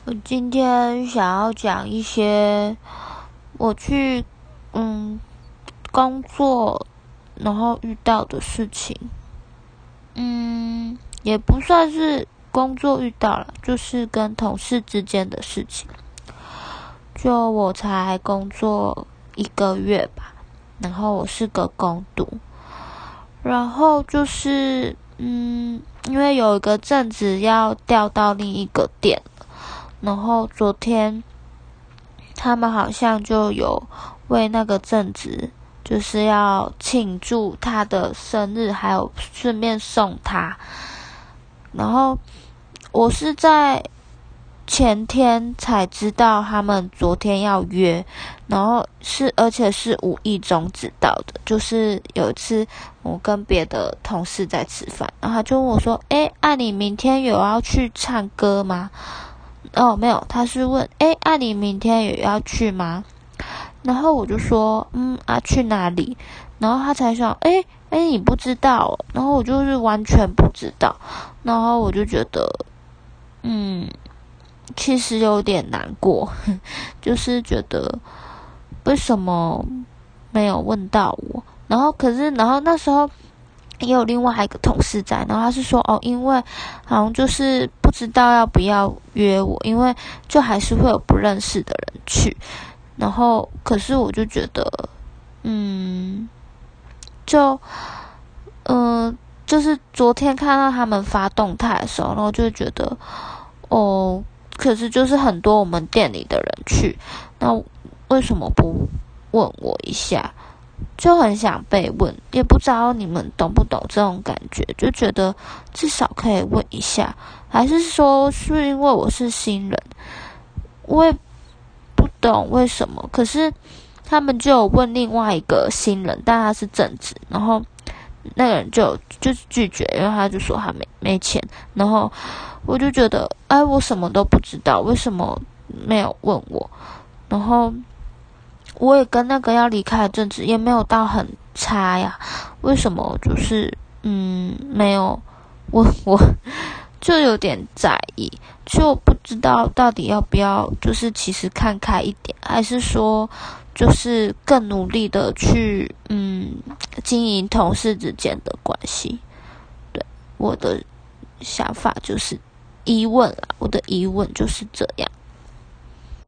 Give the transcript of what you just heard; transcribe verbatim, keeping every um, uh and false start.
我今天想要讲一些我去嗯工作然后遇到的事情，嗯，也不算是工作遇到了，就是跟同事之间的事情。就我才工作一个月吧，然后我是个工读，然后就是嗯，因为有一个正职要调到另一个店。然后昨天他们好像就有为那个正职就是要庆祝他的生日，还有顺便送他。然后我是在前天才知道他们昨天要约，然后是而且是无意中知道的。就是有一次我跟别的同事在吃饭，然后他就问我说：诶，啊你明天有要去唱歌吗？哦，没有，他是问，诶，啊你明天有要去吗？然后我就说，嗯啊，去哪里？然后他才想，诶诶，你不知道哦？然后我就是完全不知道，然后我就觉得，嗯，其实有点难过，就是觉得为什么没有问到我？然后可是，然后那时候。也有另外一个同事在，然后他是说哦，因为好像就是不知道要不要约我，因为就还是会有不认识的人去，然后可是我就觉得，嗯，就嗯、呃，就是昨天看到他们发动态的时候，然后就觉得哦，可是就是很多我们店里的人去，那为什么不问我一下？就很想被问，也不知道你们懂不懂这种感觉，就觉得至少可以问一下，还是说是因为我是新人，我也不懂为什么。可是他们就有问另外一个新人，但他是正职，然后那个人就就是拒绝，因为他就说他没没钱，然后我就觉得，哎，我什么都不知道，为什么没有问我？然后。我也跟那个要离开的正职也没有到很差呀，为什么就是嗯没有我我就有点在意，就不知道到底要不要就是其实看开一点，还是说就是更努力的去嗯经营同事之间的关系。对，我的想法就是疑问啦，我的疑问就是这样。